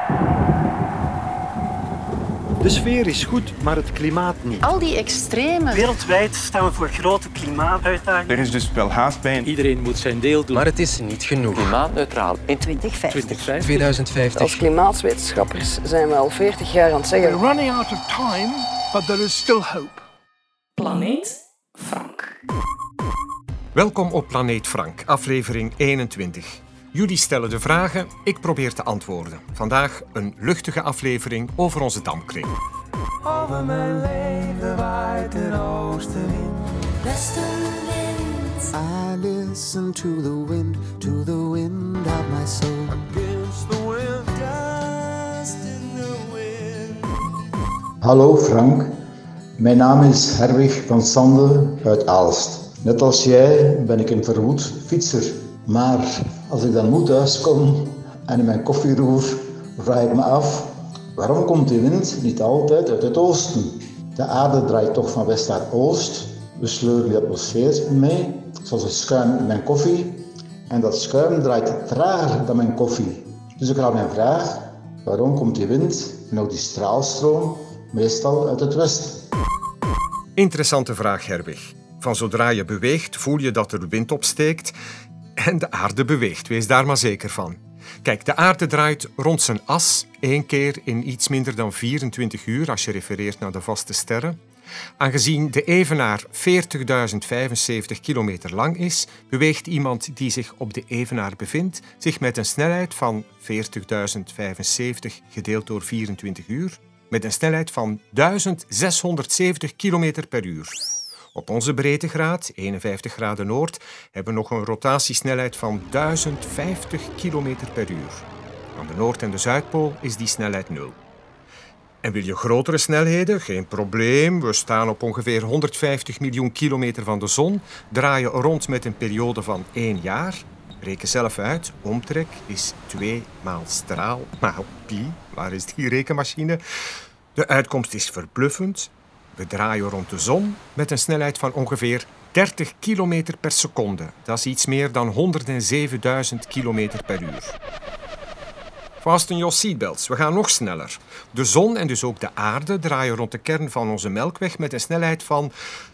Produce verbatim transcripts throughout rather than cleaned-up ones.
De sfeer is goed, maar het klimaat niet. Al die extreme. Wereldwijd staan we voor grote klimaatuitdagingen. Er is dus wel haast bij. Iedereen moet zijn deel doen. Maar het is niet genoeg. Klimaatneutraal in twintig vijftig. twintig vijftig. Als klimaatwetenschappers zijn we al veertig jaar aan het zeggen. We're running out of time, but there is still hope. Planeet Frank. Welkom op Planeet Frank, aflevering eenentwintig. Jullie stellen de vragen, ik probeer te antwoorden. Vandaag een luchtige aflevering over onze dampkring. Over mijn leven waait de oostenwind. Westenwind. I listen to the wind, to the wind of my soul. Against the wind, dust in the wind. Hallo Frank, mijn naam is Herwig van Sande uit Aalst. Net als jij ben ik een verwoed fietser. Maar als ik dan moe thuis kom en in mijn koffie roer, vraag ik me af, waarom komt die wind niet altijd uit het oosten? De aarde draait toch van west naar oost. We sleuren de atmosfeer mee, zoals het schuim in mijn koffie. En dat schuim draait trager dan mijn koffie. Dus ik haal mijn vraag, waarom komt die wind en ook die straalstroom meestal uit het westen? Interessante vraag, Herwig. Van zodra je beweegt, voel je dat er wind opsteekt. En de aarde beweegt, wees daar maar zeker van. Kijk, de aarde draait rond zijn as één keer in iets minder dan vierentwintig uur, als je refereert naar de vaste sterren. Aangezien de evenaar veertigduizend vijfenzeventig kilometer lang is, beweegt iemand die zich op de evenaar bevindt zich met een snelheid van veertigduizend vijfenzeventig gedeeld door vierentwintig uur, met een snelheid van duizend zeshonderdzeventig kilometer per uur. Op onze breedtegraad, eenenvijftig graden noord, hebben we nog een rotatiesnelheid van duizend vijftig kilometer per uur. Aan de Noord- en de Zuidpool is die snelheid nul. En wil je grotere snelheden? Geen probleem. We staan op ongeveer honderdvijftig miljoen kilometer van de zon, draaien rond met een periode van één jaar. Reken zelf uit, omtrek is twee maal straal maal pi. Waar is die rekenmachine? De uitkomst is verbluffend. We draaien rond de zon met een snelheid van ongeveer dertig kilometer per seconde. Dat is iets meer dan honderdzevenduizend kilometer per uur. Fasten your seatbelts, we gaan nog sneller. De zon en dus ook de aarde draaien rond de kern van onze Melkweg met een snelheid van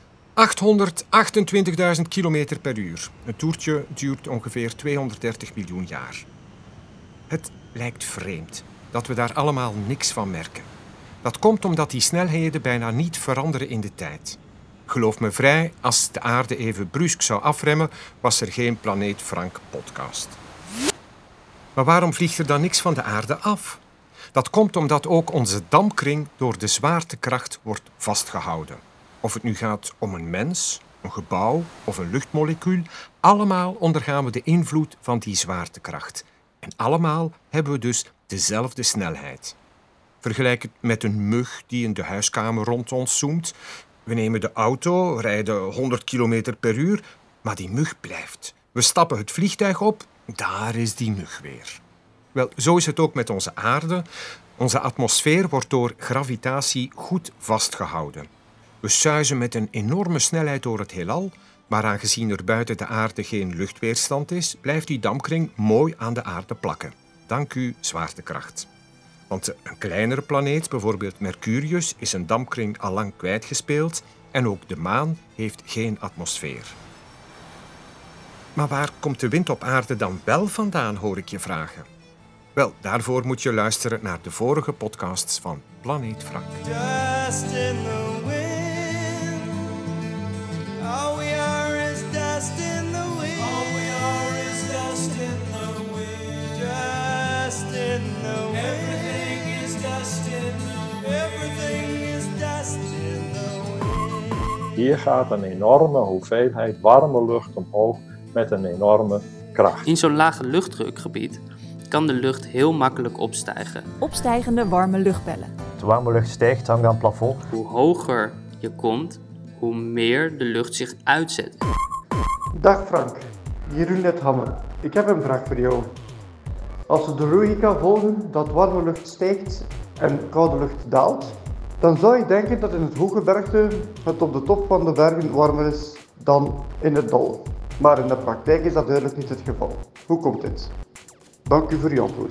achthonderdachtentwintigduizend kilometer per uur. Het toertje duurt ongeveer tweehonderddertig miljoen jaar. Het lijkt vreemd dat we daar allemaal niks van merken. Dat komt omdat die snelheden bijna niet veranderen in de tijd. Geloof me vrij, als de aarde even brusk zou afremmen, was er geen Planeet Frank podcast. Maar waarom vliegt er dan niks van de aarde af? Dat komt omdat ook onze dampkring door de zwaartekracht wordt vastgehouden. Of het nu gaat om een mens, een gebouw of een luchtmolecuul, allemaal ondergaan we de invloed van die zwaartekracht. En allemaal hebben we dus dezelfde snelheid. Vergelijk het met een mug die in de huiskamer rond ons zoemt. We nemen de auto, rijden honderd kilometer per uur, maar die mug blijft. We stappen het vliegtuig op, daar is die mug weer. Wel, zo is het ook met onze aarde. Onze atmosfeer wordt door gravitatie goed vastgehouden. We suizen met een enorme snelheid door het heelal, maar aangezien er buiten de aarde geen luchtweerstand is, blijft die dampkring mooi aan de aarde plakken. Dank u, zwaartekracht. Want een kleinere planeet, bijvoorbeeld Mercurius, is een dampkring al lang kwijtgespeeld en ook de maan heeft geen atmosfeer. Maar waar komt de wind op aarde dan wel vandaan, hoor ik je vragen? Wel, daarvoor moet je luisteren naar de vorige podcasts van Planeet Frank. Dust in the wind. All we are is dust in the wind. All we are is dust in the wind. Dust in the wind. Everything is dust in the wind. Everything is dust in the wind. Hier gaat een enorme hoeveelheid warme lucht omhoog met een enorme kracht. In zo'n lage luchtdrukgebied kan de lucht heel makkelijk opstijgen. Opstijgende warme luchtbellen. De warme lucht stijgt, hangt aan het plafond. Hoe hoger je komt, hoe meer de lucht zich uitzet. Dag Frank, Jeroen uit Hamme. Ik heb een vraag voor jou. Als we de logica volgen dat warme lucht stijgt en koude lucht daalt, dan zou je denken dat in het hoge bergte het op de top van de bergen warmer is dan in het dal. Maar in de praktijk is dat duidelijk niet het geval. Hoe komt dit? Dank u voor uw antwoord.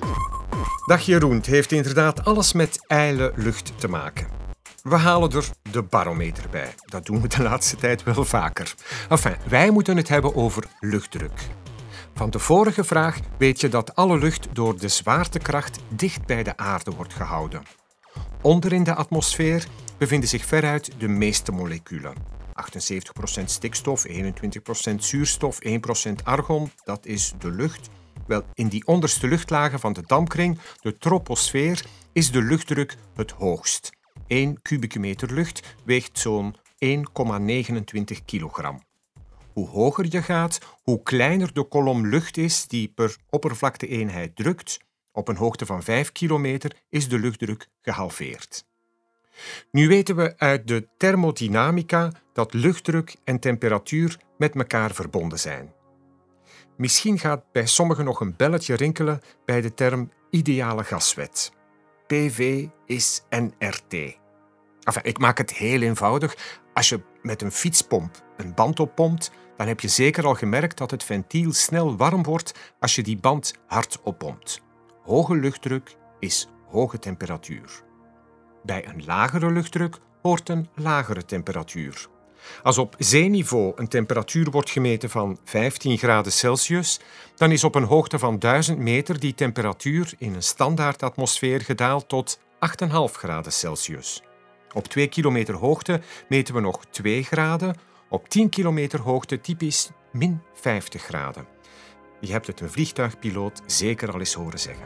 Dag Jeroen, het heeft inderdaad alles met ijle lucht te maken. We halen er de barometer bij. Dat doen we de laatste tijd wel vaker. Enfin, wij moeten het hebben over luchtdruk. Van de vorige vraag weet je dat alle lucht door de zwaartekracht dicht bij de aarde wordt gehouden. Onder in de atmosfeer bevinden zich veruit de meeste moleculen. achtenzeventig procent stikstof, eenentwintig procent zuurstof, één procent argon, dat is de lucht. Wel, in die onderste luchtlagen van de dampkring, de troposfeer, is de luchtdruk het hoogst. één kubieke meter lucht weegt zo'n één komma negenentwintig kilogram. Hoe hoger je gaat, hoe kleiner de kolom lucht is die per oppervlakte-eenheid drukt. Op een hoogte van vijf kilometer is de luchtdruk gehalveerd. Nu weten we uit de thermodynamica dat luchtdruk en temperatuur met elkaar verbonden zijn. Misschien gaat bij sommigen nog een belletje rinkelen bij de term ideale gaswet. P V is N R T. Enfin, ik maak het heel eenvoudig. Als je met een fietspomp een band oppompt, dan heb je zeker al gemerkt dat het ventiel snel warm wordt als je die band hard oppompt. Hoge luchtdruk is hoge temperatuur. Bij een lagere luchtdruk hoort een lagere temperatuur. Als op zeeniveau een temperatuur wordt gemeten van vijftien graden Celsius, dan is op een hoogte van duizend meter die temperatuur in een standaardatmosfeer gedaald tot acht komma vijf graden Celsius. Op twee kilometer hoogte meten we nog twee graden, op tien kilometer hoogte typisch min vijftig graden. Je hebt het een vliegtuigpiloot zeker al eens horen zeggen.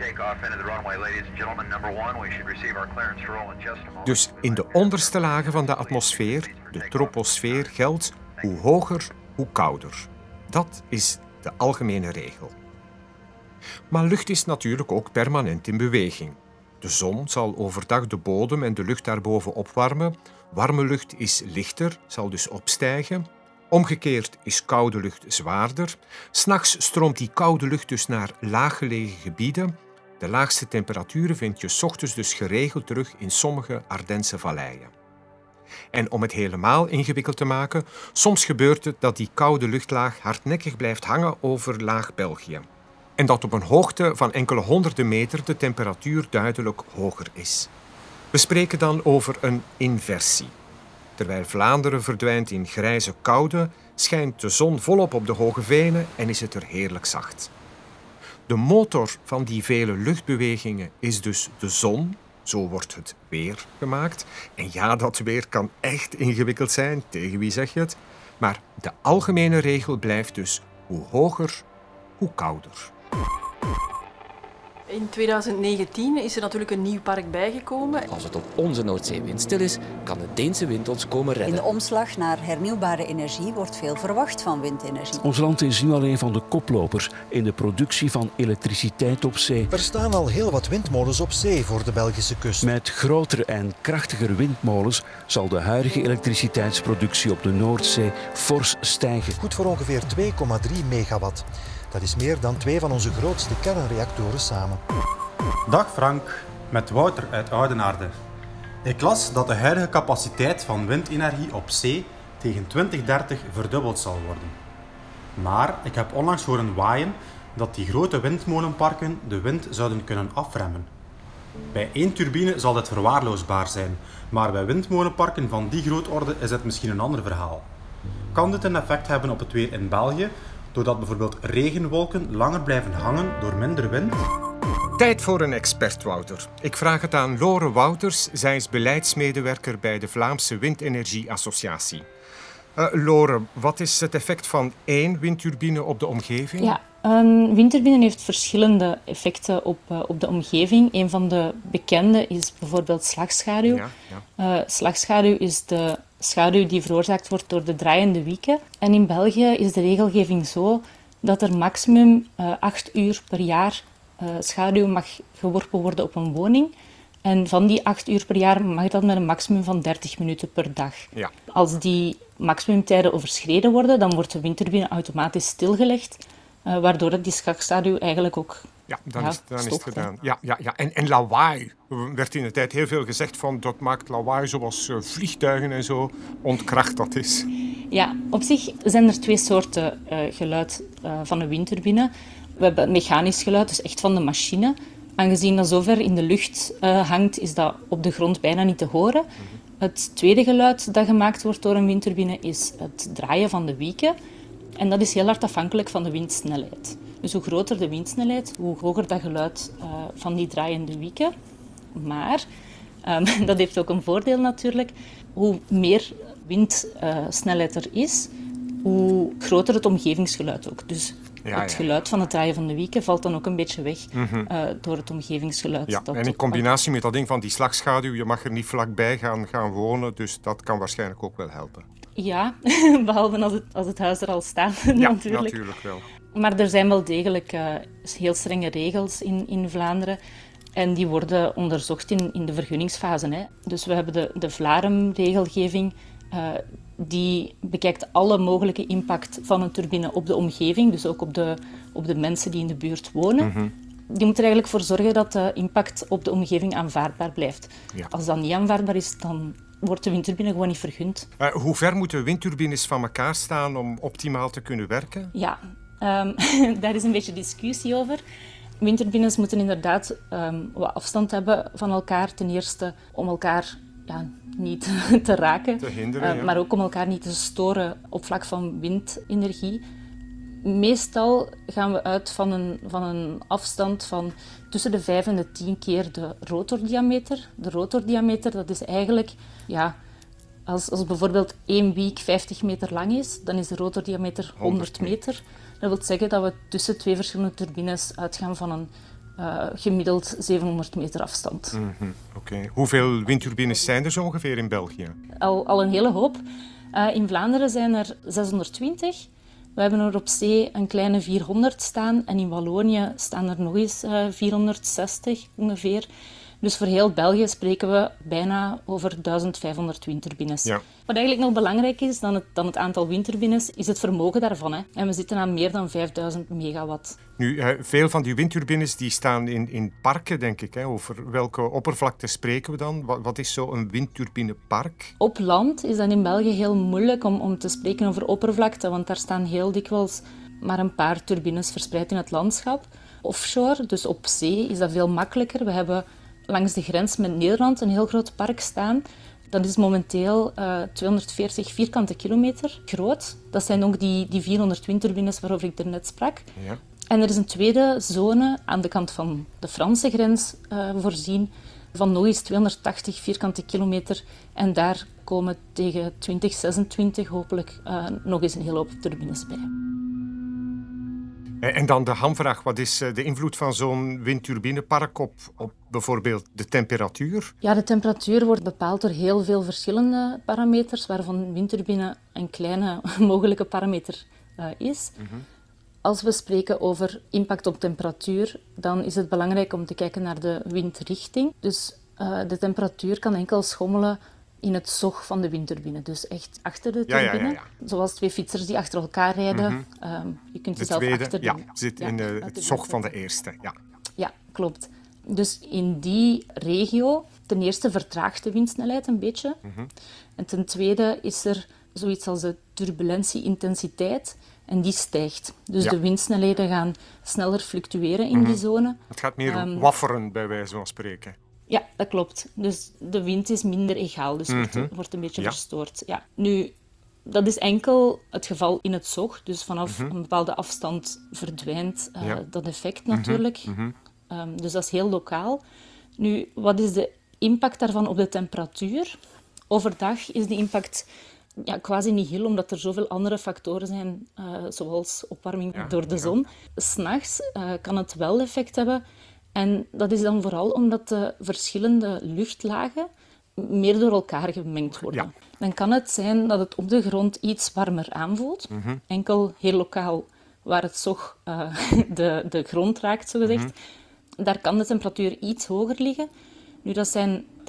Dus in de onderste lagen van de atmosfeer, de troposfeer, geldt hoe hoger, hoe kouder. Dat is de algemene regel. Maar lucht is natuurlijk ook permanent in beweging. De zon zal overdag de bodem en de lucht daarboven opwarmen. Warme lucht is lichter, zal dus opstijgen. Omgekeerd is koude lucht zwaarder. 'S Nachts stroomt die koude lucht dus naar laaggelegen gebieden. De laagste temperaturen vind je 's ochtends dus geregeld terug in sommige Ardense valleien. En om het helemaal ingewikkeld te maken, soms gebeurt het dat die koude luchtlaag hardnekkig blijft hangen over laag België. En dat op een hoogte van enkele honderden meter de temperatuur duidelijk hoger is. We spreken dan over een inversie. Terwijl Vlaanderen verdwijnt in grijze koude, schijnt de zon volop op de hoge venen en is het er heerlijk zacht. De motor van die vele luchtbewegingen is dus de zon. Zo wordt het weer gemaakt. En ja, dat weer kan echt ingewikkeld zijn. Tegen wie zeg je het? Maar de algemene regel blijft dus hoe hoger, hoe kouder. In twintig negentien is er natuurlijk een nieuw park bijgekomen. Als het op onze Noordzee windstil is, kan de Deense wind ons komen redden. In de omslag naar hernieuwbare energie wordt veel verwacht van windenergie. Ons land is nu al een van de koplopers in de productie van elektriciteit op zee. Er staan al heel wat windmolens op zee voor de Belgische kust. Met grotere en krachtiger windmolens zal de huidige elektriciteitsproductie op de Noordzee fors stijgen. Goed voor ongeveer twee komma drie megawatt. Dat is meer dan twee van onze grootste kernreactoren samen. Dag Frank, met Wouter uit Oudenaarde. Ik las dat de huidige capaciteit van windenergie op zee tegen twintig dertig verdubbeld zal worden. Maar ik heb onlangs horen waaien dat die grote windmolenparken de wind zouden kunnen afremmen. Bij één turbine zal dit verwaarloosbaar zijn, maar bij windmolenparken van die grootorde is het misschien een ander verhaal. Kan dit een effect hebben op het weer in België, doordat bijvoorbeeld regenwolken langer blijven hangen door minder wind? Tijd voor een expert, Wouter. Ik vraag het aan Lore Wouters. Zij is beleidsmedewerker bij de Vlaamse Windenergie Associatie. Uh, Lore, wat is het effect van één windturbine op de omgeving? Ja, een windturbine heeft verschillende effecten op, uh, op de omgeving. Een van de bekende is bijvoorbeeld slagschaduw. Ja, ja. Uh, slagschaduw is de schaduw die veroorzaakt wordt door de draaiende wieken. En in België is de regelgeving zo dat er maximum uh, acht uur per jaar uh, schaduw mag geworpen worden op een woning. En van die acht uur per jaar mag dat met een maximum van dertig minuten per dag. Ja. Als die maximumtijden overschreden worden, dan wordt de windturbine automatisch stilgelegd, uh, waardoor die slagschaduw eigenlijk ook Ja, dan, ja, is, dan stopt, is het gedaan. Ja, ja, ja. En, en lawaai. Er werd in de tijd heel veel gezegd van dat maakt lawaai zoals uh, vliegtuigen en zo. Ontkracht dat is. Ja, op zich zijn er twee soorten uh, geluid uh, van een windturbine. We hebben mechanisch geluid, dus echt van de machine. Aangezien dat zo ver in de lucht uh, hangt, is dat op de grond bijna niet te horen. Het tweede geluid dat gemaakt wordt door een windturbine is het draaien van de wieken. En dat is heel hard afhankelijk van de windsnelheid. Dus hoe groter de windsnelheid, hoe hoger dat geluid uh, van die draaiende wieken. Maar, um, dat heeft ook een voordeel natuurlijk, hoe meer windsnelheid uh, er is, hoe groter het omgevingsgeluid ook. Dus ja, het geluid ja. van het draaien van de wieken valt dan ook een beetje weg mm-hmm. uh, door het omgevingsgeluid. Ja, dat en in combinatie met dat ding van die slagschaduw, je mag er niet vlakbij gaan, gaan wonen, dus dat kan waarschijnlijk ook wel helpen. Ja, behalve als het, als het huis er al staat ja, natuurlijk. natuurlijk wel. Maar er zijn wel degelijk uh, heel strenge regels in, in Vlaanderen. En die worden onderzocht in, in de vergunningsfase. Hè. Dus we hebben de, de Vlarum-regelgeving. Uh, die bekijkt alle mogelijke impact van een turbine op de omgeving. Dus ook op de, op de mensen die in de buurt wonen. Mm-hmm. Die moet er eigenlijk voor zorgen dat de impact op de omgeving aanvaardbaar blijft. Ja. Als dat niet aanvaardbaar is, dan wordt de windturbine gewoon niet vergund. Uh, hoe ver moeten windturbines van elkaar staan om optimaal te kunnen werken? Ja, um, daar is een beetje discussie over. Windturbines moeten inderdaad um, wat afstand hebben van elkaar. Ten eerste om elkaar ja, niet te raken, te hinderen, uh, ja. maar ook om elkaar niet te storen op vlak van windenergie. Meestal gaan we uit van een, van een afstand van tussen de vijf en de tien keer de rotordiameter. De rotordiameter, dat is eigenlijk, ja, als, als bijvoorbeeld één wiek vijftig meter lang is, dan is de rotordiameter honderd meter. Dat wil zeggen dat we tussen twee verschillende turbines uitgaan van een uh, gemiddeld zevenhonderd meter afstand. Mm-hmm. Oké. Okay. Hoeveel windturbines zijn er zo ongeveer in België? Al, al een hele hoop. Uh, in Vlaanderen zijn er zeshonderdtwintig. We hebben er op zee een kleine vierhonderd staan en in Wallonië staan er nog eens uh, vierhonderdzestig ongeveer. Dus voor heel België spreken we bijna over duizend vijfhonderd windturbines. Ja. Wat eigenlijk nog belangrijk is dan het, dan het aantal windturbines, is het vermogen daarvan. Hè. En we zitten aan meer dan vijfduizend megawatt. Nu, uh, veel van die windturbines die staan in, in parken, denk ik. Hè. Over welke oppervlakte spreken we dan? Wat, wat is zo een windturbinepark? Op land is dat in België heel moeilijk om, om te spreken over oppervlakte, want daar staan heel dikwijls maar een paar turbines verspreid in het landschap. Offshore, dus op zee, is dat veel makkelijker. We hebben langs de grens met Nederland een heel groot park staan. Dat is momenteel uh, tweehonderdveertig vierkante kilometer groot. Dat zijn ook die, die vierhonderd windturbines waarover ik daarnet sprak. Ja. En er is een tweede zone aan de kant van de Franse grens uh, voorzien van nog eens tweehonderdtachtig vierkante kilometer. En daar komen tegen twintig zesentwintig hopelijk uh, nog eens een hele hoop turbines bij. En dan de hamvraag, wat is de invloed van zo'n windturbinepark op, op bijvoorbeeld de temperatuur? Ja, de temperatuur wordt bepaald door heel veel verschillende parameters, waarvan een windturbine een kleine mogelijke parameter uh, is. Mm-hmm. Als we spreken over impact op temperatuur, dan is het belangrijk om te kijken naar de windrichting. Dus uh, de temperatuur kan enkel schommelen in het zog van de windturbine. Dus echt achter de turbine. Ja, ja, ja, ja. Zoals twee fietsers die achter elkaar rijden. Mm-hmm. Um, je kunt de jezelf tweede, achter de... ja, zit ja, in de, het zog van de eerste. Ja. ja, klopt. Dus in die regio, ten eerste vertraagt de windsnelheid een beetje. Mm-hmm. En ten tweede is er zoiets als de turbulentie-intensiteit. En die stijgt. Dus ja. de windsnelheden gaan sneller fluctueren in mm-hmm. die zone. Het gaat meer um, wafferen, bij wijze van spreken. Ja, dat klopt. Dus de wind is minder egaal, dus mm-hmm. wordt, wordt een beetje ja. verstoord. Ja. Nu, dat is enkel het geval in het zog. Dus vanaf mm-hmm. een bepaalde afstand verdwijnt uh, ja. dat effect natuurlijk. Mm-hmm. Um, dus dat is heel lokaal. Nu, wat is de impact daarvan op de temperatuur? Overdag is die impact ja, quasi nihil, omdat er zoveel andere factoren zijn, uh, zoals opwarming ja. door de zon. Ja. 's Nachts uh, kan het wel effect hebben. En dat is dan vooral omdat de verschillende luchtlagen meer door elkaar gemengd worden. Ja. Dan kan het zijn dat het op de grond iets warmer aanvoelt. Mm-hmm. Enkel heel lokaal, waar het zog uh, de, de grond raakt, zogezegd. Mm-hmm. Daar kan de temperatuur iets hoger liggen. Nu, dat zijn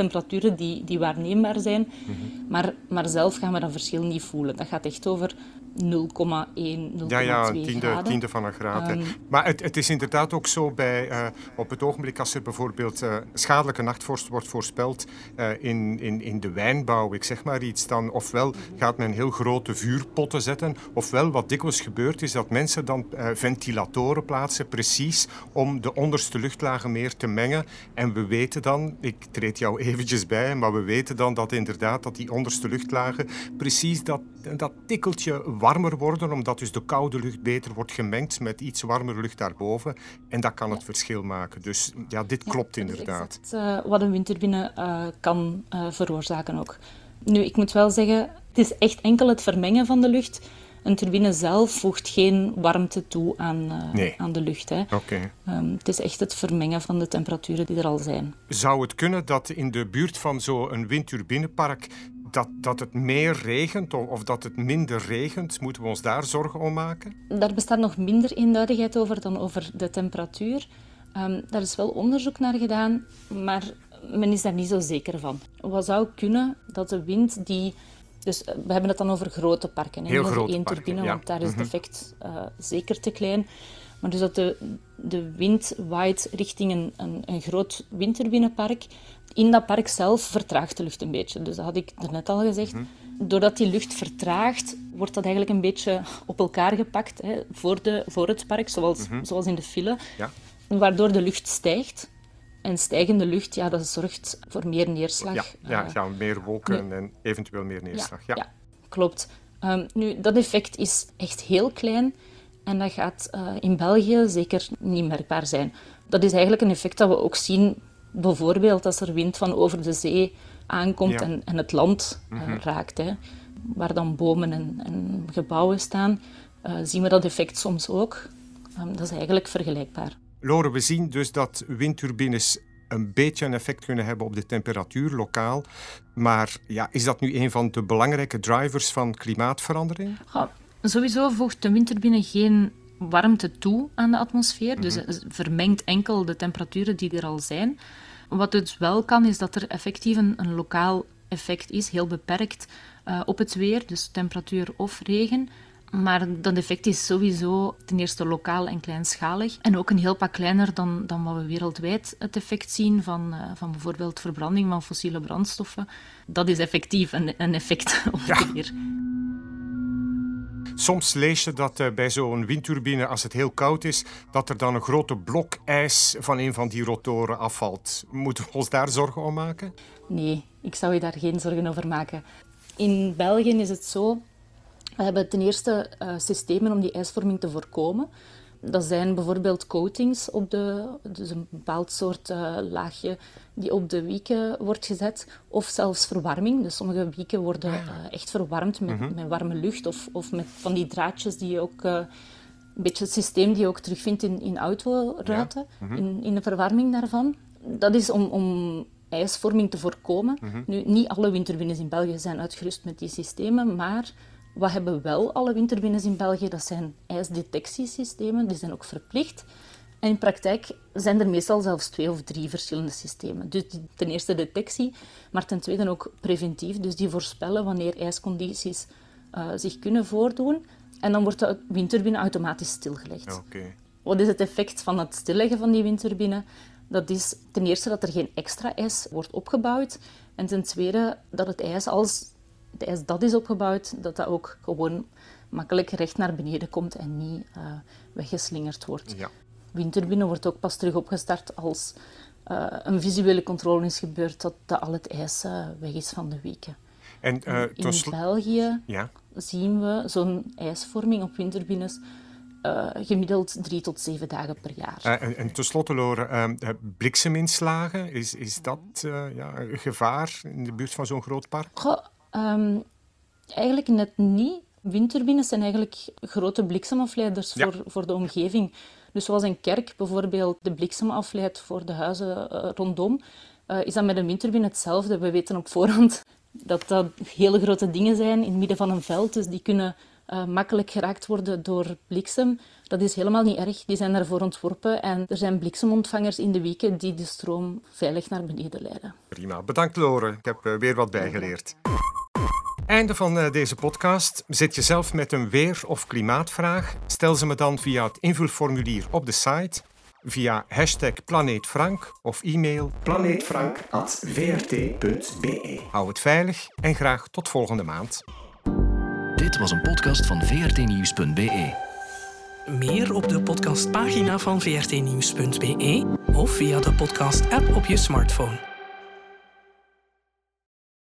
temperaturen die, die waarneembaar zijn. Mm-hmm. maar, maar zelf gaan we dat verschil niet voelen. Dat gaat echt over nul komma één, nul komma twee ja, ja, tiende, graden. tiende van een graad. Um, maar het, het is inderdaad ook zo bij, uh, op het ogenblik als er bijvoorbeeld uh, schadelijke nachtvorst wordt voorspeld uh, in, in, in de wijnbouw, ik zeg maar iets, dan ofwel gaat men heel grote vuurpotten zetten, ofwel wat dikwijls gebeurt is dat mensen dan uh, ventilatoren plaatsen, precies om de onderste luchtlagen meer te mengen. En we weten dan, ik treed jou eventjes bij, maar we weten dan dat inderdaad dat die onderste luchtlagen precies dat, dat tikkeltje warmer worden, omdat dus de koude lucht beter wordt gemengd met iets warmere lucht daarboven. En dat kan ja. het verschil maken. Dus ja, dit ja, klopt inderdaad. Dat is exact, uh, wat een windturbine uh, kan uh, veroorzaken ook. Nu, ik moet wel zeggen, het is echt enkel het vermengen van de lucht. Een turbine zelf voegt geen warmte toe aan, uh, nee. aan de lucht. Hè. Okay. Um, het is echt het vermengen van de temperaturen die er al zijn. Zou het kunnen dat in de buurt van zo'n windturbinepark Dat, dat het meer regent of, of dat het minder regent? Moeten we ons daar zorgen om maken? Daar bestaat nog minder eenduidigheid over dan over de temperatuur. Um, daar is wel onderzoek naar gedaan, maar men is daar niet zo zeker van. Wat zou kunnen dat de wind die... Dus we hebben het dan over grote parken, Heel over grote één parken, turbine, ja. want daar is Mm-hmm. het effect uh, zeker te klein. Maar dus dat de, de wind waait richting een, een, een groot windturbinepark. In dat park zelf vertraagt de lucht een beetje. Dus dat had ik net al gezegd. Mm-hmm. Doordat die lucht vertraagt, wordt dat eigenlijk een beetje op elkaar gepakt, hè, voor, de, voor het park, zoals, mm-hmm. zoals in de file. Ja. Waardoor de lucht stijgt. En stijgende lucht, ja, dat zorgt voor meer neerslag. Ja, ja, ja meer wolken nu, en eventueel meer neerslag. Ja, ja. ja klopt. Um, nu, dat effect is echt heel klein. En dat gaat uh, in België zeker niet merkbaar zijn. Dat is eigenlijk een effect dat we ook zien, bijvoorbeeld als er wind van over de zee aankomt ja. en, en het land uh, mm-hmm. raakt. Hè. Waar dan bomen en, en gebouwen staan, uh, zien we dat effect soms ook. Um, dat is eigenlijk vergelijkbaar. Lore, we zien dus dat windturbines een beetje een effect kunnen hebben op de temperatuur lokaal. Maar ja, is dat nu een van de belangrijke drivers van klimaatverandering? Ja, sowieso voegt de windturbine geen warmte toe aan de atmosfeer. Mm-hmm. Dus het vermengt enkel de temperaturen die er al zijn. Wat het wel kan, is dat er effectief een, een lokaal effect is, heel beperkt, uh, op het weer, dus temperatuur of regen. Maar dat effect is sowieso ten eerste lokaal en kleinschalig. En ook een heel pak kleiner dan, dan wat we wereldwijd het effect zien van, uh, van bijvoorbeeld verbranding van fossiele brandstoffen. Dat is effectief een, een effect op het ja. weer. Soms lees je dat uh, bij zo'n windturbine, als het heel koud is, dat er dan een grote blok ijs van een van die rotoren afvalt. Moeten we ons daar zorgen om maken? Nee, ik zou je daar geen zorgen over maken. In België is het zo... We hebben ten eerste uh, systemen om die ijsvorming te voorkomen. Dat zijn bijvoorbeeld coatings op de... Dus een bepaald soort uh, laagje die op de wieken wordt gezet. Of zelfs verwarming. Dus sommige wieken worden uh, echt verwarmd met, mm-hmm. met warme lucht. Of, of met van die draadjes die je ook... Uh, een beetje het systeem die je ook terugvindt in, in autoruiten. Ja. Mm-hmm. in, in de verwarming daarvan. Dat is om... om ijsvorming te voorkomen. Mm-hmm. Nu, niet alle windturbines in België zijn uitgerust met die systemen, maar... Wat hebben wel alle windturbines in België? Dat zijn ijsdetectiesystemen, die zijn ook verplicht. En in praktijk zijn er meestal zelfs twee of drie verschillende systemen. Dus ten eerste detectie, maar ten tweede ook preventief. Dus die voorspellen wanneer ijscondities uh, zich kunnen voordoen. En dan wordt de windturbine automatisch stilgelegd. Okay. Wat is het effect van het stilleggen van die windturbine? Dat is ten eerste dat er geen extra ijs wordt opgebouwd. En ten tweede dat het ijs als... Het ijs dat is opgebouwd, dat dat ook gewoon makkelijk recht naar beneden komt en niet uh, weggeslingerd wordt. Ja. Windturbine wordt ook pas terug opgestart als uh, een visuele controle is gebeurd dat, dat al het ijs uh, weg is van de wieken. En, uh, In sl- België ja. zien we zo'n ijsvorming op windturbines uh, gemiddeld drie tot zeven dagen per jaar. Uh, en, en tenslotte, Lore, uh, blikseminslagen, is, is dat uh, ja, een gevaar in de buurt van zo'n groot park? Goh, Um, eigenlijk net niet. Windturbines zijn eigenlijk grote bliksemafleiders ja. voor, voor de omgeving. Dus zoals een kerk bijvoorbeeld de bliksem afleidt voor de huizen uh, rondom, uh, is dat met een windturbine hetzelfde. We weten op voorhand dat dat hele grote dingen zijn in het midden van een veld, dus die kunnen uh, makkelijk geraakt worden door bliksem. Dat is helemaal niet erg. Die zijn daarvoor ontworpen. En er zijn bliksemontvangers in de weken die de stroom veilig naar beneden leiden. Prima. Bedankt, Lore. Ik heb uh, weer wat bijgeleerd. Einde van uh, deze podcast. Zit je zelf met een weer- of klimaatvraag? Stel ze me dan via het invulformulier op de site, via hashtag planeetfrank of e-mail planeetfrank at v r t punt b e. Hou het veilig en graag tot volgende maand. Dit was een podcast van v r t nieuws punt b e. Meer op de podcastpagina van v r t nieuws punt b e of via de podcast-app op je smartphone.